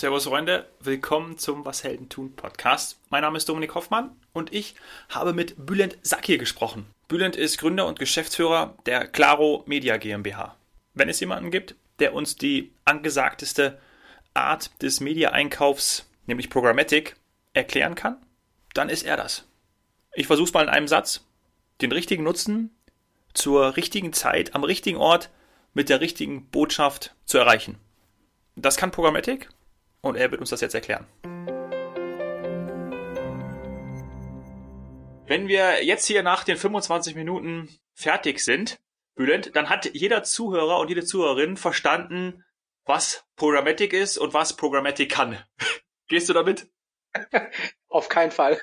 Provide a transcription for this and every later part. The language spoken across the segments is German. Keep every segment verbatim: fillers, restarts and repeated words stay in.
Servus Freunde, willkommen zum Was Helden tun Podcast. Mein Name ist Dominik Hoffmann und ich habe mit Bülent Sakir gesprochen. Bülent ist Gründer und Geschäftsführer der Claro Media GmbH. Wenn es jemanden gibt, der uns die angesagteste Art des Media-Einkaufs, nämlich Programmatic, erklären kann, dann ist er das. Ich versuche es mal in einem Satz. Den richtigen Nutzen zur richtigen Zeit, am richtigen Ort, mit der richtigen Botschaft zu erreichen. Das kann Programmatic und er wird uns das jetzt erklären. Wenn wir jetzt hier nach den fünfundzwanzig Minuten fertig sind, Bülent, dann hat jeder Zuhörer und jede Zuhörerin verstanden, was Programmatic ist und was Programmatic kann. Gehst du damit? Auf keinen Fall.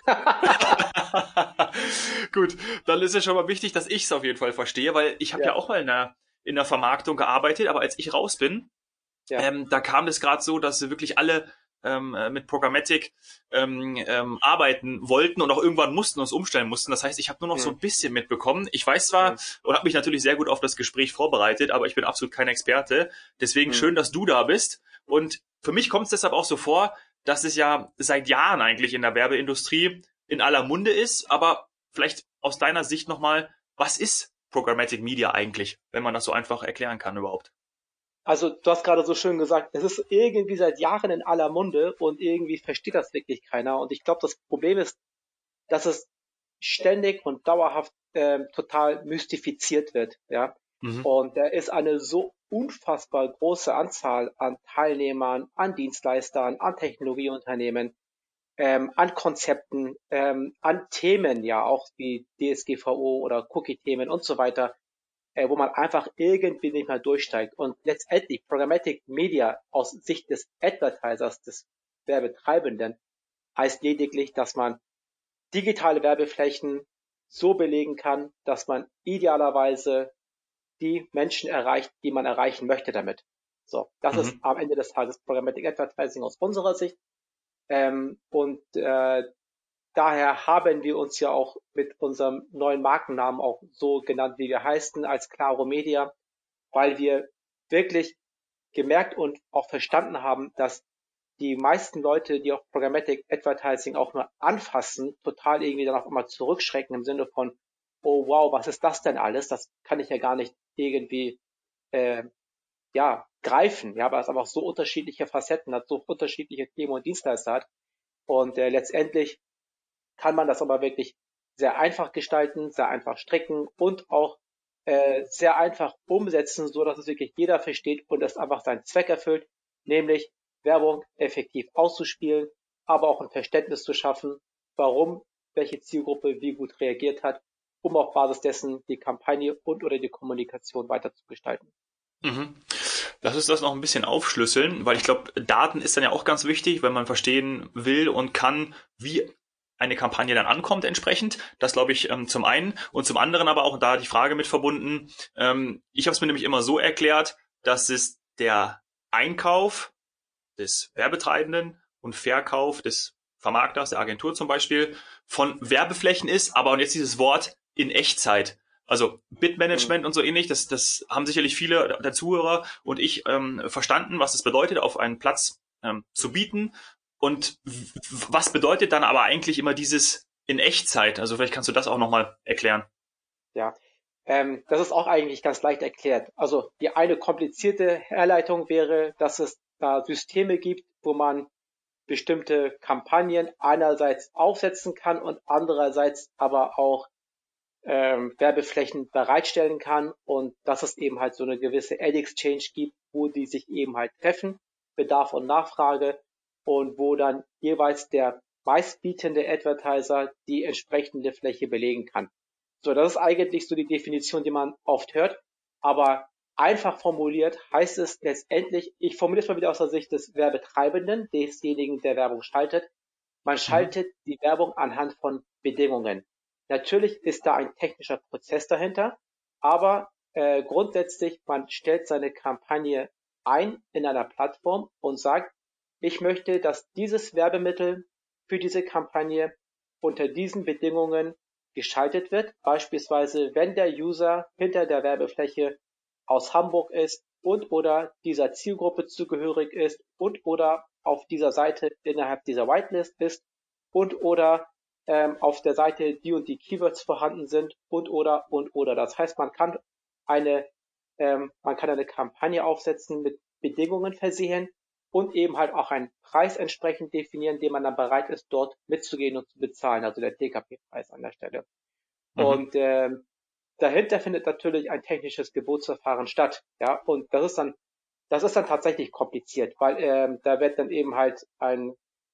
Gut, dann ist es schon mal wichtig, dass ich es auf jeden Fall verstehe, weil ich habe ja. ja auch mal in der, in der Vermarktung gearbeitet, aber als ich raus bin, ja. ähm, da kam das gerade so, dass wirklich alle ähm, mit Programmatic ähm, ähm, arbeiten wollten und auch irgendwann mussten uns umstellen mussten. Das heißt, ich habe nur noch mhm. so ein bisschen mitbekommen. Ich weiß zwar mhm. und habe mich natürlich sehr gut auf das Gespräch vorbereitet, aber ich bin absolut kein Experte. Deswegen mhm. schön, dass du da bist. Und für mich kommt es deshalb auch so vor, dass es ja seit Jahren eigentlich in der Werbeindustrie in aller Munde ist. Aber vielleicht aus deiner Sicht nochmal, was ist Programmatic Media eigentlich, wenn man das so einfach erklären kann überhaupt? Also du hast gerade so schön gesagt, es ist irgendwie seit Jahren in aller Munde und irgendwie versteht das wirklich keiner. Und ich glaube, das Problem ist, dass es ständig und dauerhaft äh, total mystifiziert wird. Ja, mhm. Und da ist eine so unfassbar große Anzahl an Teilnehmern, an Dienstleistern, an Technologieunternehmen, ähm, an Konzepten, ähm, an Themen, ja auch wie D S G V O oder Cookie-Themen und so weiter, äh, wo man einfach irgendwie nicht mehr durchsteigt. Und letztendlich Programmatic Media aus Sicht des Advertisers, des Werbetreibenden, heißt lediglich, dass man digitale Werbeflächen so belegen kann, dass man idealerweise die Menschen erreicht, die man erreichen möchte damit. So, das mhm. ist am Ende des Tages Programmatic Advertising aus unserer Sicht. Ähm, und äh, daher haben wir uns ja auch mit unserem neuen Markennamen auch so genannt, wie wir heißen, als Claro Media, weil wir wirklich gemerkt und auch verstanden haben, dass die meisten Leute, die auch Programmatic Advertising auch nur anfassen, total irgendwie dann auch immer zurückschrecken im Sinne von, oh wow, was ist das denn alles? Das kann ich ja gar nicht irgendwie äh, ja greifen, ja, weil es aber auch so unterschiedliche Facetten hat, so unterschiedliche Themen und Dienstleister hat. Und äh, letztendlich kann man das aber wirklich sehr einfach gestalten, sehr einfach stricken und auch äh, sehr einfach umsetzen, so dass es wirklich jeder versteht und es einfach seinen Zweck erfüllt, nämlich Werbung effektiv auszuspielen, aber auch ein Verständnis zu schaffen, warum welche Zielgruppe wie gut reagiert hat, um auf Basis dessen die Kampagne und oder die Kommunikation weiter zu gestalten. Mhm. Lass uns das noch ein bisschen aufschlüsseln, weil ich glaube, Daten ist dann ja auch ganz wichtig, wenn man verstehen will und kann, wie eine Kampagne dann ankommt entsprechend. Das glaube ich ähm, zum einen. Und zum anderen aber auch da die Frage mit verbunden. Ähm, ich habe es mir nämlich immer so erklärt, dass es der Einkauf des Werbetreibenden und Verkauf des Vermarkters, der Agentur zum Beispiel, von Werbeflächen ist. Aber und jetzt dieses Wort in Echtzeit. Also Bid-Management mhm. und so ähnlich, das, das haben sicherlich viele der Zuhörer und ich ähm, verstanden, was es bedeutet, auf einen Platz ähm, zu bieten. Und was bedeutet dann aber eigentlich immer dieses in Echtzeit? Also vielleicht kannst du das auch nochmal erklären. Ja, ähm, das ist auch eigentlich ganz leicht erklärt. Also die eine komplizierte Herleitung wäre, dass es da Systeme gibt, wo man bestimmte Kampagnen einerseits aufsetzen kann und andererseits aber auch ähm, Werbeflächen bereitstellen kann und dass es eben halt so eine gewisse Ad Exchange gibt, wo die sich eben halt treffen, Bedarf und Nachfrage und wo dann jeweils der meistbietende Advertiser die entsprechende Fläche belegen kann. So, das ist eigentlich so die Definition, die man oft hört, aber einfach formuliert heißt es letztendlich, ich formuliere es mal wieder aus der Sicht des Werbetreibenden, desjenigen, der Werbung schaltet, man schaltet mhm. die Werbung anhand von Bedingungen. Natürlich ist da ein technischer Prozess dahinter, aber äh, grundsätzlich, man stellt seine Kampagne ein in einer Plattform und sagt, ich möchte, dass dieses Werbemittel für diese Kampagne unter diesen Bedingungen geschaltet wird. Beispielsweise, wenn der User hinter der Werbefläche aus Hamburg ist und oder dieser Zielgruppe zugehörig ist und oder auf dieser Seite innerhalb dieser Whitelist bist und oder ähm, auf der Seite die und die Keywords vorhanden sind und oder und oder. Das heißt, man kann eine ähm, man kann eine Kampagne aufsetzen, mit Bedingungen versehen und eben halt auch einen Preis entsprechend definieren, den man dann bereit ist, dort mitzugehen und zu bezahlen, also der T K P-Preis an der Stelle. Mhm. Und ähm, dahinter findet natürlich ein technisches Gebotsverfahren statt, ja, und das ist dann das ist dann tatsächlich kompliziert, weil ähm, da wird dann eben halt ein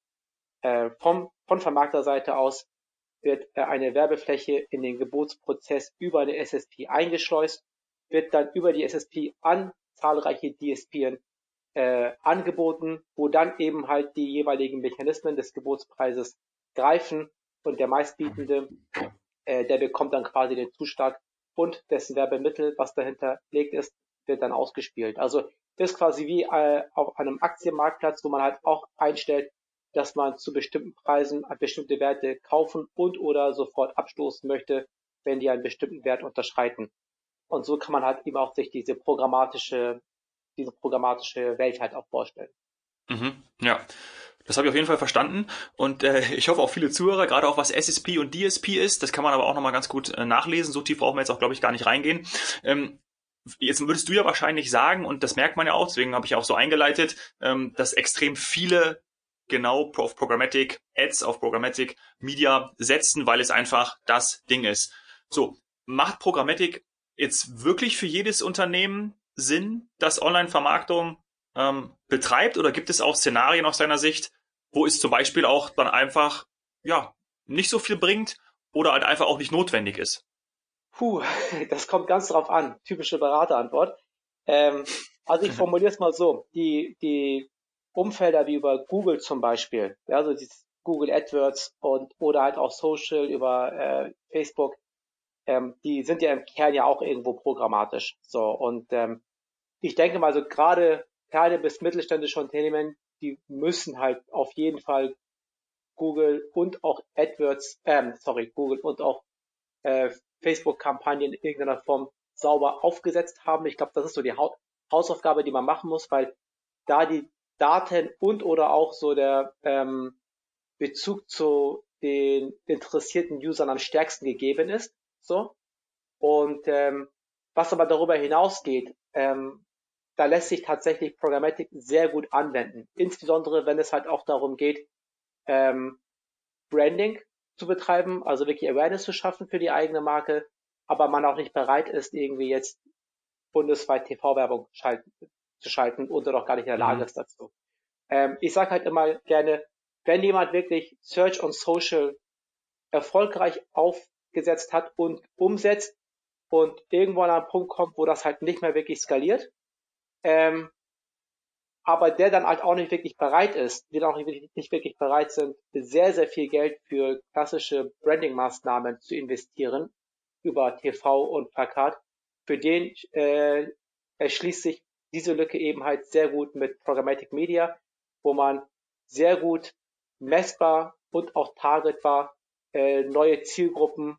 äh, vom von Vermarkterseite aus wird äh, eine Werbefläche in den Gebotsprozess über eine S S P eingeschleust, wird dann über die S S P an zahlreiche D S P äh, angeboten, wo dann eben halt die jeweiligen Mechanismen des Gebotspreises greifen und der Meistbietende, äh, der bekommt dann quasi den Zuschlag und dessen Werbemittel, was dahinter liegt ist, wird dann ausgespielt. Also ist quasi wie äh, auf einem Aktienmarktplatz, wo man halt auch einstellt, dass man zu bestimmten Preisen bestimmte Werte kaufen und oder sofort abstoßen möchte, wenn die einen bestimmten Wert unterschreiten. Und so kann man halt eben auch sich diese programmatische, diese programmatische Welt halt auch vorstellen. Mhm. Ja, das habe ich auf jeden Fall verstanden und äh, ich hoffe auch viele Zuhörer, gerade auch was S S P und D S P ist, das kann man aber auch nochmal ganz gut äh, nachlesen, so tief brauchen wir jetzt auch, glaube ich, gar nicht reingehen. Ähm, Jetzt würdest du ja wahrscheinlich sagen, und das merkt man ja auch, deswegen habe ich auch so eingeleitet, ähm, dass extrem viele genau auf Programmatic Ads, auf Programmatic Media setzen, weil es einfach das Ding ist. So, macht Programmatic jetzt wirklich für jedes Unternehmen Sinn, das Online-Vermarktung ähm, betreibt, oder gibt es auch Szenarien aus deiner Sicht, wo es zum Beispiel auch dann einfach ja nicht so viel bringt oder halt einfach auch nicht notwendig ist? Puh, das kommt ganz drauf an. Typische Beraterantwort. Ähm, also ich formuliere es mal so. Die, die Umfelder wie über Google zum Beispiel, ja, also dieses Google AdWords und oder halt auch Social über äh, Facebook, ähm, die sind ja im Kern ja auch irgendwo programmatisch. So, und ähm, ich denke mal, so gerade kleine bis mittelständische Unternehmen, die müssen halt auf jeden Fall Google und auch AdWords, ähm, sorry, Google und auch äh, Facebook-Kampagnen in irgendeiner Form sauber aufgesetzt haben. Ich glaube, das ist so die ha Hausaufgabe, die man machen muss, weil da die Daten und oder auch so der ähm, Bezug zu den interessierten Usern am stärksten gegeben ist. So. Und ähm, was aber darüber hinausgeht, ähm, da lässt sich tatsächlich Programmatic sehr gut anwenden. Insbesondere wenn es halt auch darum geht, ähm, Branding zu betreiben, also wirklich Awareness zu schaffen für die eigene Marke, aber man auch nicht bereit ist, irgendwie jetzt bundesweit T V-Werbung schalten, zu schalten und doch gar nicht in der Lage Mhm. ist dazu. Ähm, ich sage halt immer gerne, wenn jemand wirklich Search und Social erfolgreich aufgesetzt hat und umsetzt und irgendwo an einen Punkt kommt, wo das halt nicht mehr wirklich skaliert, ähm, aber der dann halt auch nicht wirklich bereit ist, die dann auch nicht, nicht wirklich bereit sind, sehr, sehr viel Geld für klassische Branding-Maßnahmen zu investieren über T V und Plakat, für den äh, erschließt sich diese Lücke eben halt sehr gut mit Programmatic Media, wo man sehr gut messbar und auch targetbar äh, neue Zielgruppen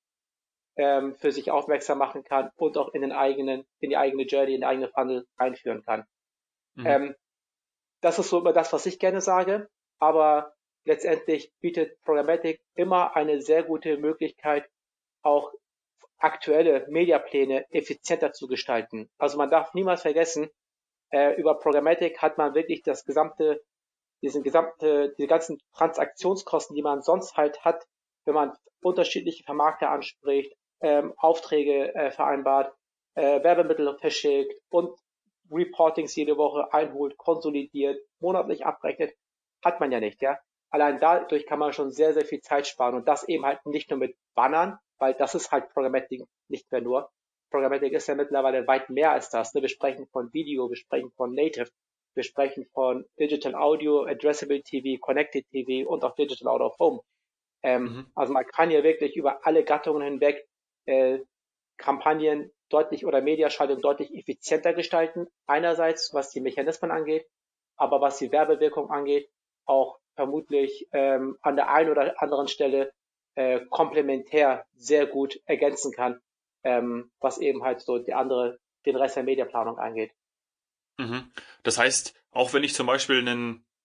ähm, für sich aufmerksam machen kann und auch in den eigenen, in die eigene Journey, in den eigenen Funnel einführen kann. Mhm. Ähm, Das ist so immer das, was ich gerne sage, aber letztendlich bietet Programmatic immer eine sehr gute Möglichkeit, auch aktuelle Mediapläne effizienter zu gestalten. Also man darf niemals vergessen, äh, über Programmatic hat man wirklich das gesamte, diesen gesamte, die ganzen Transaktionskosten, die man sonst halt hat, wenn man unterschiedliche Vermarkter anspricht, ähm, Aufträge äh, vereinbart, äh, Werbemittel verschickt und Reportings jede Woche einholt, konsolidiert, monatlich abrechnet, hat man ja nicht, ja. Allein dadurch kann man schon sehr, sehr viel Zeit sparen und das eben halt nicht nur mit Bannern, weil das ist halt Programmatic nicht mehr nur. Programmatic ist ja mittlerweile weit mehr als das. Ne? Wir sprechen von Video, wir sprechen von Native, wir sprechen von Digital Audio, Addressable T V, Connected T V und auch Digital Out of Home. Ähm, Mhm. also man kann ja wirklich über alle Gattungen hinweg äh, Kampagnen deutlich oder Mediaschaltung deutlich effizienter gestalten. Einerseits, was die Mechanismen angeht, aber was die Werbewirkung angeht, auch vermutlich ähm, an der einen oder anderen Stelle äh, komplementär sehr gut ergänzen kann, ähm, was eben halt so die andere, den Rest der Mediaplanung angeht. Mhm. Das heißt, auch wenn ich zum Beispiel einen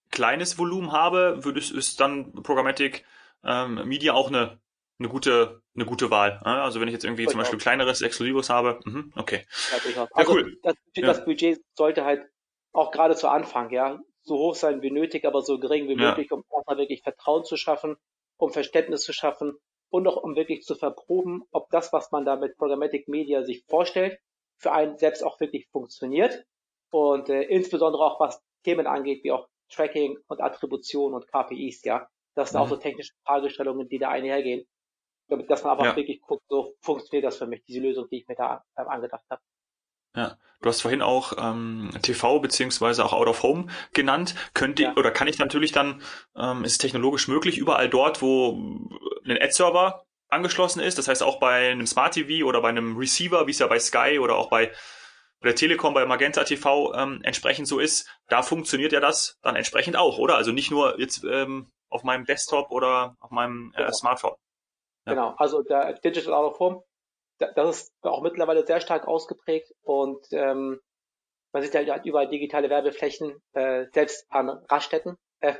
kleines Volumen habe, würde es ist dann Programmatic ähm, Media auch eine eine gute eine gute Wahl. Ja? Also wenn ich jetzt irgendwie zum Durchaus. Beispiel kleineres Exklusivos habe, mhm, okay. Ja, durchaus. Ja, Also cool. das, Ja, das Budget sollte halt auch gerade zu Anfang, ja, so hoch sein wie nötig, aber so gering wie ja, möglich, um erstmal wirklich Vertrauen zu schaffen, um Verständnis zu schaffen und auch um wirklich zu verproben, ob das, was man da mit Programmatic Media sich vorstellt, für einen selbst auch wirklich funktioniert. Und äh, insbesondere auch was Themen angeht, wie auch Tracking und Attribution und K P Is, ja. Das sind auch so mhm, technische Fragestellungen, die da einhergehen, damit dass man einfach ja. wirklich guckt, so funktioniert das für mich, diese Lösung, die ich mir da ähm, angedacht habe. Ja, du hast vorhin auch ähm, T V beziehungsweise auch Out of Home genannt. Könnte Ja. oder kann ich natürlich dann, ähm, ist es technologisch möglich, überall dort, wo ein Ad-Server angeschlossen ist, das heißt auch bei einem Smart T V oder bei einem Receiver, wie es ja bei Sky oder auch bei, bei der Telekom, bei Magenta T V ähm, entsprechend so ist, da funktioniert ja das dann entsprechend auch, oder? Also nicht nur jetzt ähm, auf meinem Desktop oder auf meinem äh, Genau. Smartphone. Ja. Genau, also der Digital Out of Home, da- das ist auch mittlerweile sehr stark ausgeprägt und ähm, man sieht halt überall digitale Werbeflächen, äh, selbst an Raststätten. Äh,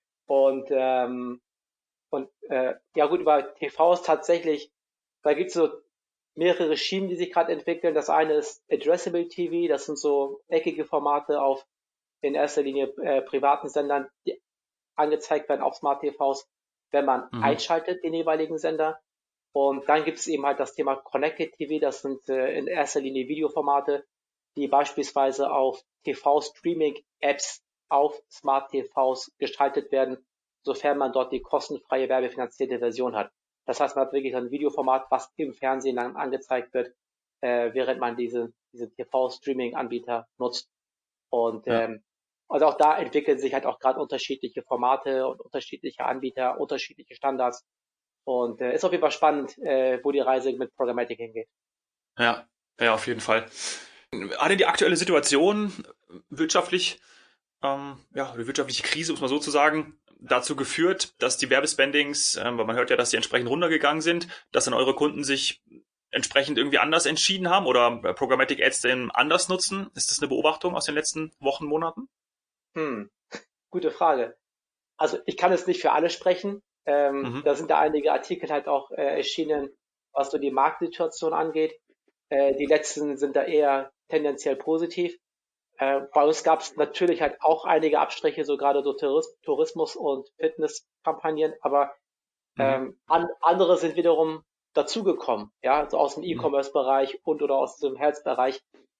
und ähm, und äh, ja gut, über T V ist tatsächlich, da gibt es so mehrere Schienen, die sich gerade entwickeln. Das eine ist Addressable T V, das sind so eckige Formate auf in erster Linie äh, privaten Sendern, die angezeigt werden auf Smart T Vs, wenn man Mhm. einschaltet, den jeweiligen Sender. Und dann gibt es eben halt das Thema Connected T V, das sind äh, in erster Linie Videoformate, die beispielsweise auf T V-Streaming-Apps auf Smart-T Vs geschaltet werden, sofern man dort die kostenfreie werbefinanzierte Version hat. Das heißt, man hat wirklich ein Videoformat, was im Fernsehen dann angezeigt wird, äh, während man diese, diese T V-Streaming-Anbieter nutzt. Und Ja. ähm, also auch da entwickeln sich halt auch gerade unterschiedliche Formate und unterschiedliche Anbieter, unterschiedliche Standards. Und äh, ist auf jeden Fall spannend, äh, wo die Reise mit Programmatic hingeht. Ja, ja, auf jeden Fall. Hat denn die aktuelle Situation wirtschaftlich, ähm, ja, die wirtschaftliche Krise, muss man so zu sagen, dazu geführt, dass die Werbespendings, ähm, weil man hört ja, dass die entsprechend runtergegangen sind, dass dann eure Kunden sich entsprechend irgendwie anders entschieden haben oder Programmatic Ads denn anders nutzen? Ist das eine Beobachtung aus den letzten Wochen, Monaten? Hm, gute Frage. Also ich kann jetzt nicht für alle sprechen. Ähm, Mhm. da sind da einige Artikel halt auch äh, erschienen, was so die Marktsituation angeht. Äh, die letzten sind da eher tendenziell positiv. Äh, bei uns gab es natürlich halt auch einige Abstriche, so gerade so Touris Tourismus- und Fitnesskampagnen, aber Mhm. ähm, an, andere sind wiederum dazugekommen, ja, so aus dem Mhm. E-Commerce-Bereich und oder aus dem Health-Bereich.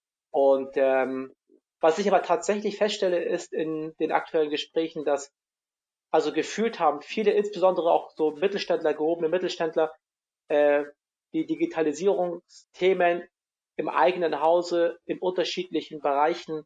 Und ähm, was ich aber tatsächlich feststelle, ist in den aktuellen Gesprächen, dass also gefühlt haben viele, insbesondere auch so Mittelständler, gehobene Mittelständler, äh, die Digitalisierungsthemen im eigenen Hause in unterschiedlichen Bereichen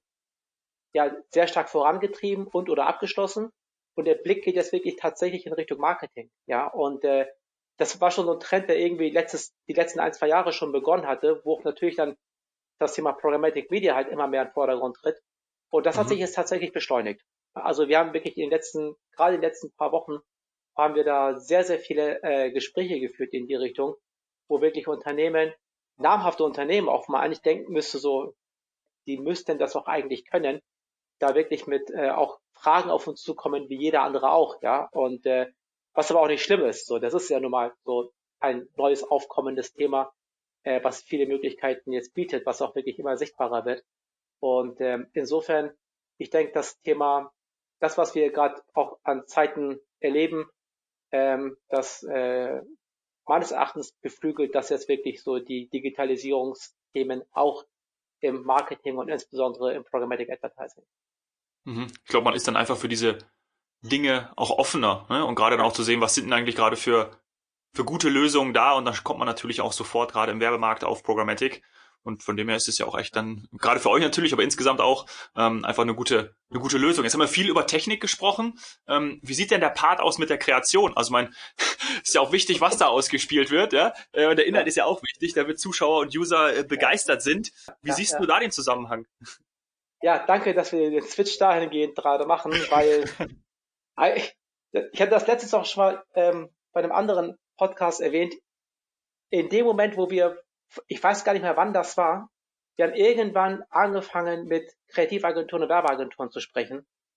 ja sehr stark vorangetrieben und oder abgeschlossen. Und der Blick geht jetzt wirklich tatsächlich in Richtung Marketing. Ja, und äh, das war schon so ein Trend, der irgendwie letztes, die letzten ein, zwei Jahre schon begonnen hatte, wo natürlich dann das Thema Programmatic Media halt immer mehr in den Vordergrund tritt. Und das hat sich Mhm. jetzt tatsächlich beschleunigt. Also wir haben wirklich in den letzten, gerade in den letzten paar Wochen, haben wir da sehr, sehr viele äh, Gespräche geführt in die Richtung, wo wirklich Unternehmen, namhafte Unternehmen, auch mal eigentlich denken müsste, so, die müssten das auch eigentlich können, da wirklich mit äh, auch Fragen auf uns zukommen, wie jeder andere auch, ja. Und äh, was aber auch nicht schlimm ist, so, das ist ja nun mal so ein neues aufkommendes Thema, äh, was viele Möglichkeiten jetzt bietet, was auch wirklich immer sichtbarer wird. Und ähm, insofern, ich denke, das Thema, das, was wir gerade auch an Zeiten erleben, ähm, das äh, meines Erachtens beflügelt das jetzt wirklich so die Digitalisierungsthemen auch im Marketing und insbesondere im Programmatic Advertising. Mhm. Ich glaube, man ist dann einfach für diese Dinge auch offener, ne? Und gerade dann Ja, auch zu sehen, was sind denn eigentlich gerade für für gute Lösungen da und dann kommt man natürlich auch sofort gerade im Werbemarkt auf Programmatic und von dem her ist es ja auch echt dann, gerade für euch natürlich, aber insgesamt auch ähm, einfach eine gute eine gute Lösung. Jetzt haben wir viel über Technik gesprochen. Ähm, wie sieht denn der Part aus mit der Kreation? Also mein, ist ja auch wichtig, was da ausgespielt wird, ja? Äh, und der Inhalt ja, ist ja auch wichtig, damit Zuschauer und User äh, ja, begeistert sind. Wie ja, siehst du ja. da den Zusammenhang? Ja, danke, dass wir den Switch dahingehend gerade machen, weil äh, ich, ich hatte das letztes auch schon mal ähm, bei einem anderen Podcast erwähnt. In dem Moment, wo wir, ich weiß gar nicht mehr, wann das war, wir haben irgendwann angefangen mit Kreativagenturen und Werbeagenturen zu sprechen.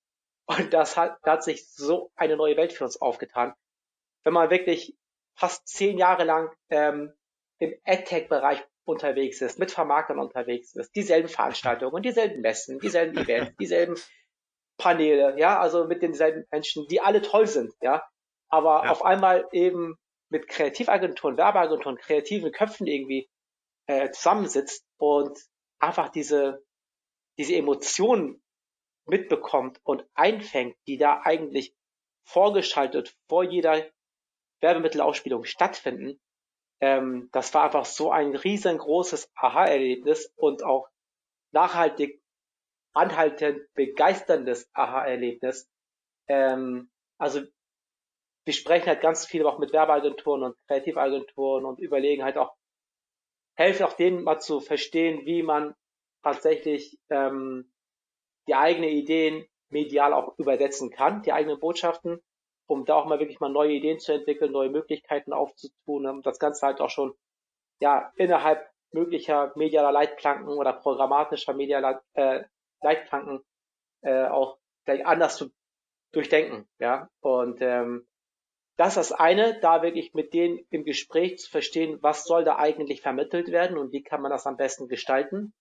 Und das hat, da hat sich so eine neue Welt für uns aufgetan. Wenn man wirklich fast zehn Jahre lang ähm, im AdTech-Bereich unterwegs ist, mit Vermarktern unterwegs ist, dieselben Veranstaltungen, dieselben Messen, dieselben Events, dieselben Paneele, ja, also mit denselben Menschen, die alle toll sind, ja, aber Ja. auf einmal eben mit Kreativagenturen, Werbeagenturen, kreativen Köpfen irgendwie äh, zusammensitzt und einfach diese diese Emotionen mitbekommt und einfängt, die da eigentlich vorgeschaltet vor jeder Werbemittelausspielung stattfinden. Ähm, das war einfach so ein riesengroßes Aha-Erlebnis und auch nachhaltig anhaltend begeisterndes Aha-Erlebnis. Ähm, also wir sprechen halt ganz viel auch mit Werbeagenturen und Kreativagenturen und überlegen halt auch, helfen auch denen mal zu verstehen, wie man tatsächlich ähm, die eigenen Ideen medial auch übersetzen kann, die eigenen Botschaften, um da auch mal wirklich mal neue Ideen zu entwickeln, neue Möglichkeiten aufzutun, um das Ganze halt auch schon ja innerhalb möglicher medialer Leitplanken oder programmatischer medialer äh, Leitplanken äh, auch vielleicht anders zu durchdenken, ja. Und ähm, das ist das eine, da wirklich mit denen im Gespräch zu verstehen, was soll da eigentlich vermittelt werden und wie kann man das am besten gestalten.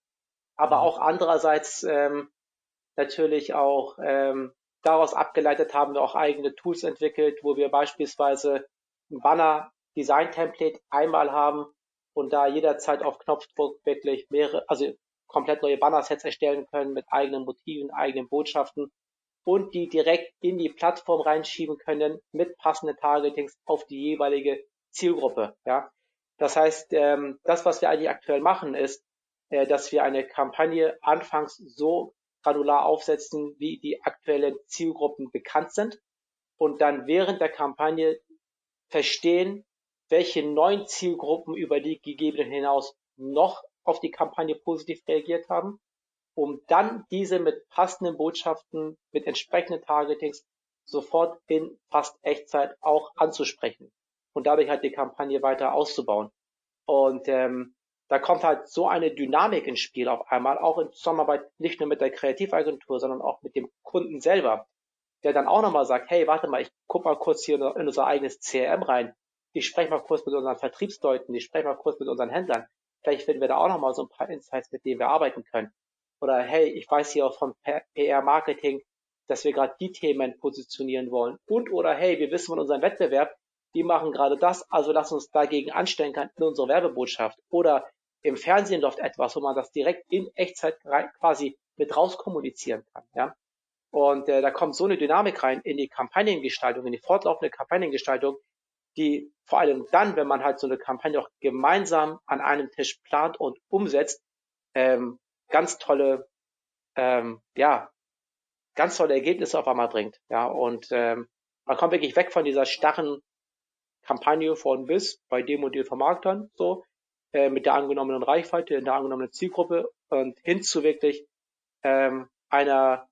Aber Mhm. auch andererseits ähm, natürlich auch ähm, daraus abgeleitet haben wir auch eigene Tools entwickelt, wo wir beispielsweise ein Banner-Design-Template einmal haben und da jederzeit auf Knopfdruck wirklich mehrere, also komplett neue Banner-Sets erstellen können mit eigenen Motiven, eigenen Botschaften und die direkt in die Plattform reinschieben können mit passenden Targetings auf die jeweilige Zielgruppe. Ja, das heißt, ähm, das, was wir eigentlich aktuell machen, ist, äh, dass wir eine Kampagne anfangs so granular aufsetzen, wie die aktuellen Zielgruppen bekannt sind und dann während der Kampagne verstehen, welche neuen Zielgruppen über die gegebenen hinaus noch auf die Kampagne positiv reagiert haben, um dann diese mit passenden Botschaften, mit entsprechenden Targetings sofort in fast Echtzeit auch anzusprechen und dadurch halt die Kampagne weiter auszubauen. Und ähm, da kommt halt so eine Dynamik ins Spiel auf einmal, auch in Zusammenarbeit nicht nur mit der Kreativagentur, sondern auch mit dem Kunden selber, der dann auch nochmal sagt, hey, warte mal, ich guck mal kurz hier in unser eigenes C R M rein. Ich spreche mal kurz mit unseren Vertriebsleuten, ich spreche mal kurz mit unseren Händlern. Vielleicht finden wir da auch nochmal so ein paar Insights, mit denen wir arbeiten können. Oder hey, ich weiß hier auch vom P R-Marketing, dass wir gerade die Themen positionieren wollen. Und oder hey, wir wissen von unserem Wettbewerb, die machen gerade das, also lass uns dagegen anstellen kann in unsere Werbebotschaft. Oder im Fernsehen läuft etwas, wo man das direkt in Echtzeit quasi mit raus kommunizieren kann. Ja? Und äh, da kommt so eine Dynamik rein in die Kampagnengestaltung, in die fortlaufende Kampagnengestaltung, die vor allem dann, wenn man halt so eine Kampagne auch gemeinsam an einem Tisch plant und umsetzt, ähm, ganz tolle, ähm, ja, ganz tolle Ergebnisse auf einmal bringt. Ja, und ähm, man kommt wirklich weg von dieser starren Kampagne von bis bei dem und den Vermarktern, so, äh, mit der angenommenen Reichweite, in der angenommenen Zielgruppe und hin zu wirklich ähm, einer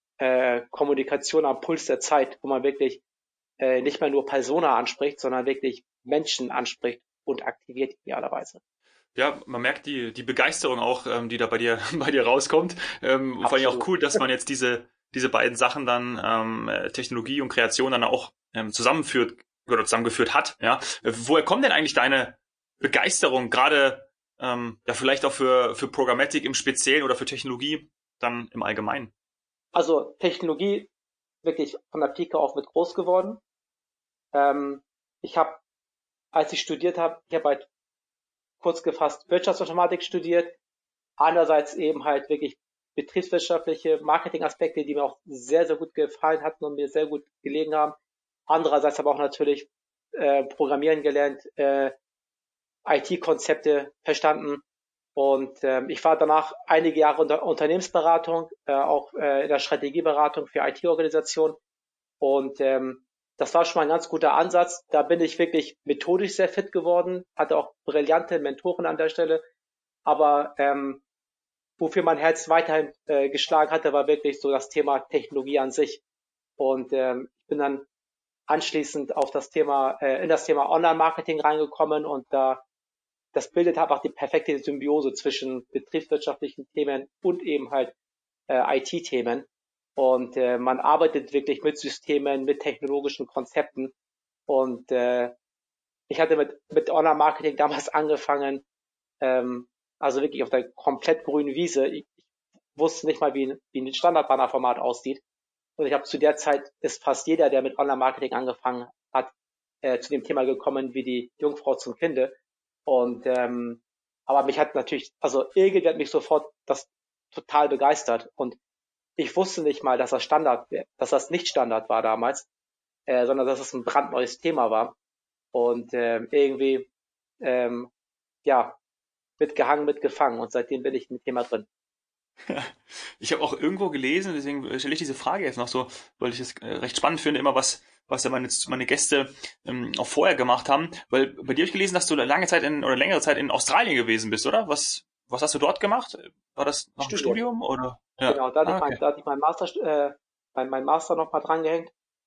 äh, Kommunikation am Puls der Zeit, wo man wirklich äh, nicht mehr nur Persona anspricht, sondern wirklich Menschen anspricht und aktiviert idealerweise. Ja, man merkt die, die Begeisterung auch, ähm, die da bei dir, bei dir rauskommt. Ähm, vor allem auch Absolut. cool, dass man jetzt diese, diese beiden Sachen dann, ähm, äh, Technologie und Kreation dann auch ähm, zusammenführt oder zusammengeführt hat. Ja, Äh, woher kommt denn eigentlich deine Begeisterung, gerade ähm, ja vielleicht auch für, für Programmatic im Speziellen oder für Technologie dann im Allgemeinen? Also Technologie wirklich von der Pike auf mit groß geworden. Ähm, ich habe, als ich studiert habe, ich habe halt kurz gefasst Wirtschaftsinformatik studiert, andererseits eben halt wirklich betriebswirtschaftliche Marketingaspekte, die mir auch sehr, sehr gut gefallen hatten und mir sehr gut gelegen haben. Andererseits aber auch natürlich äh, Programmieren gelernt, äh, I T-Konzepte verstanden. Und ähm, ich war danach einige Jahre unter Unternehmensberatung, äh, auch äh, in der Strategieberatung für I T-Organisationen. Und ähm, das war schon mal ein ganz guter Ansatz. Da bin ich wirklich methodisch sehr fit geworden, hatte auch brillante Mentoren an der Stelle. Aber ähm, wofür mein Herz weiterhin äh, geschlagen hatte, war wirklich so das Thema Technologie an sich. Und ähm, ich bin dann anschließend auf das Thema, äh, in das Thema Online-Marketing reingekommen und da das bildet einfach die perfekte Symbiose zwischen betriebswirtschaftlichen Themen und eben halt äh, I T-Themen. Und äh, man arbeitet wirklich mit Systemen, mit technologischen Konzepten. Und äh, ich hatte mit, mit Online-Marketing damals angefangen, ähm, also wirklich auf der komplett grünen Wiese. Ich, ich wusste nicht mal, wie ein, wie ein Standard-Banner-Format aussieht. Und ich habe zu der Zeit ist fast jeder, der mit Online-Marketing angefangen hat, äh, zu dem Thema gekommen wie die Jungfrau zum Kinde. Und ähm, aber mich hat natürlich, also irgendwie hat mich sofort das total begeistert. Und ich wusste nicht mal, dass das Standard, dass das nicht Standard war damals, äh, sondern dass es ein brandneues Thema war. Und ähm, irgendwie, ähm, ja, mitgehangen, mitgefangen. Und seitdem bin ich im Thema drin. Ich habe auch irgendwo gelesen, deswegen stelle ich diese Frage jetzt noch so, weil ich es äh, recht spannend finde, immer was, was ja meine, meine Gäste ähm, auch vorher gemacht haben. Weil bei dir habe ich gelesen, dass du lange Zeit in, oder längere Zeit in Australien gewesen bist, oder? Was, was hast du dort gemacht? War das nach dem Studium. Studium oder? Ja. Genau, da hatte Ah, ich mein, okay. da hatte ich mein Master, äh, mein, mein Master noch mal dran gehängt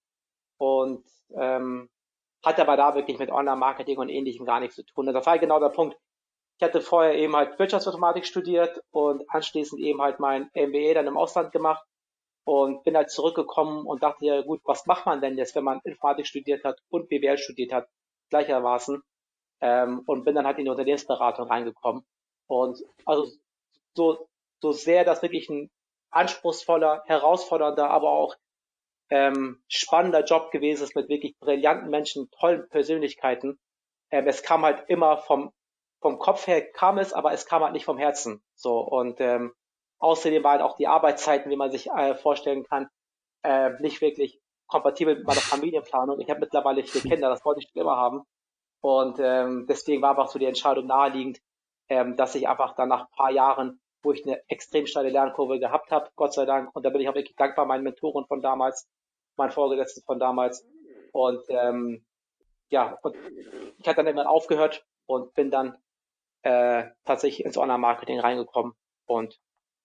und ähm, hatte aber da wirklich mit Online-Marketing und Ähnlichem gar nichts zu tun. Und das war genau der Punkt. Ich hatte vorher eben halt Wirtschaftsinformatik studiert und anschließend eben halt mein M B A dann im Ausland gemacht und bin halt zurückgekommen und dachte, ja gut, was macht man denn jetzt, wenn man Informatik studiert hat und B W L studiert hat, gleichermaßen, ähm, und bin dann halt in die Unternehmensberatung reingekommen. Und also so, so sehr das wirklich ein anspruchsvoller, herausfordernder, aber auch ähm, spannender Job gewesen ist mit wirklich brillanten Menschen, tollen Persönlichkeiten. Ähm, es kam halt immer vom vom Kopf her kam es, aber es kam halt nicht vom Herzen. So und ähm, außerdem waren auch die Arbeitszeiten, wie man sich äh, vorstellen kann, äh, nicht wirklich kompatibel mit meiner Familienplanung. Ich habe mittlerweile vier Kinder, das wollte ich schon immer haben. Und ähm, deswegen war einfach so die Entscheidung naheliegend, ähm, dass ich einfach dann nach ein paar Jahren, wo ich eine extrem steile Lernkurve gehabt habe, Gott sei Dank, und da bin ich auch wirklich dankbar meinen Mentoren von damals, meinen Vorgesetzten von damals. Und ähm, ja, und ich hatte dann irgendwann aufgehört und bin dann äh, tatsächlich ins Online-Marketing reingekommen. Und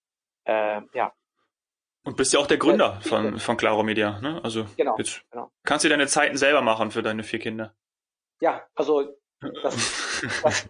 äh, ja, Und bist ja auch der äh, Gründer von, von Claro Media, ne? Also genau, jetzt genau. kannst du deine Zeiten selber machen für deine vier Kinder. Ja, also das, das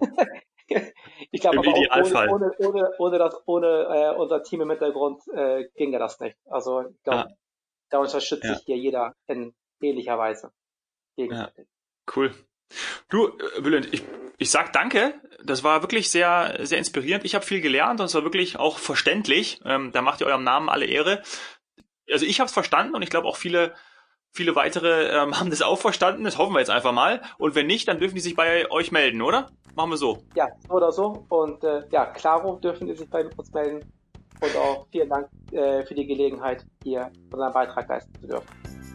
ich glaube Im aber auch ohne, Idealfall. ohne, ohne, ohne das, ohne äh, unser Team im Hintergrund äh, ginge das nicht. Also ich glaube, Ja, da unterstützt ja, sich hier jeder in ähnlicher Weise ja. gegenseitig. Cool. Du, äh, Bülent, ich, ich sag danke. Das war wirklich sehr, sehr inspirierend. Ich habe viel gelernt und es war wirklich auch verständlich. Ähm, da macht ihr eurem Namen alle Ehre. Also ich habe es verstanden und ich glaube auch viele, viele weitere ähm, haben das auch verstanden. Das hoffen wir jetzt einfach mal. Und wenn nicht, dann dürfen die sich bei euch melden, oder? Machen wir so. Ja, so oder so. Und äh, ja, Claro dürfen die sich bei uns melden. Und auch vielen Dank äh, für die Gelegenheit, hier unseren Beitrag leisten zu dürfen.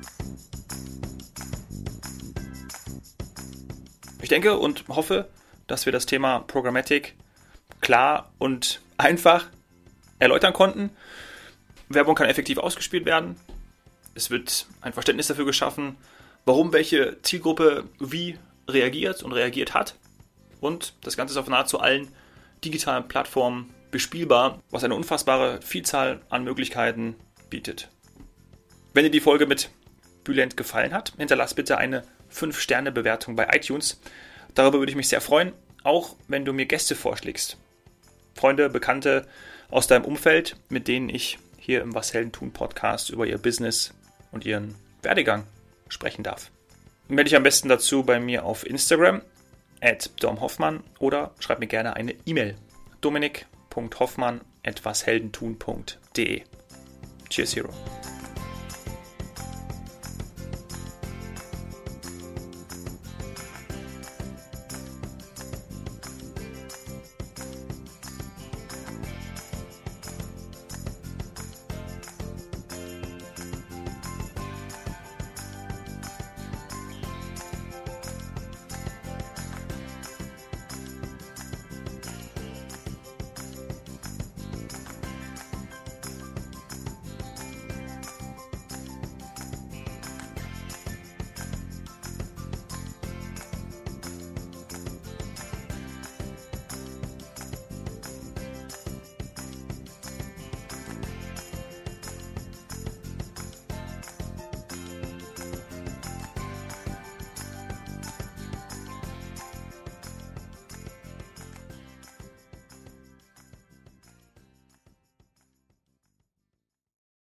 Ich denke und hoffe, dass wir das Thema Programmatic klar und einfach erläutern konnten. Werbung kann effektiv ausgespielt werden. Es wird ein Verständnis dafür geschaffen, warum welche Zielgruppe wie reagiert und reagiert hat. Und das Ganze ist auf nahezu allen digitalen Plattformen bespielbar, was eine unfassbare Vielzahl an Möglichkeiten bietet. Wenn dir die Folge mit Bülent gefallen hat, hinterlass bitte eine fünf Sterne Bewertung bei iTunes. Darüber würde ich mich sehr freuen, auch wenn du mir Gäste vorschlägst. Freunde, Bekannte aus deinem Umfeld, mit denen ich hier im Was Helden tun Podcast über ihr Business und ihren Werdegang sprechen darf. Melde dich am besten dazu bei mir auf Instagram at domhoffmann oder schreib mir gerne eine E-Mail dominik punkt hoffmann at washeldentun punkt de. Cheers, Hero.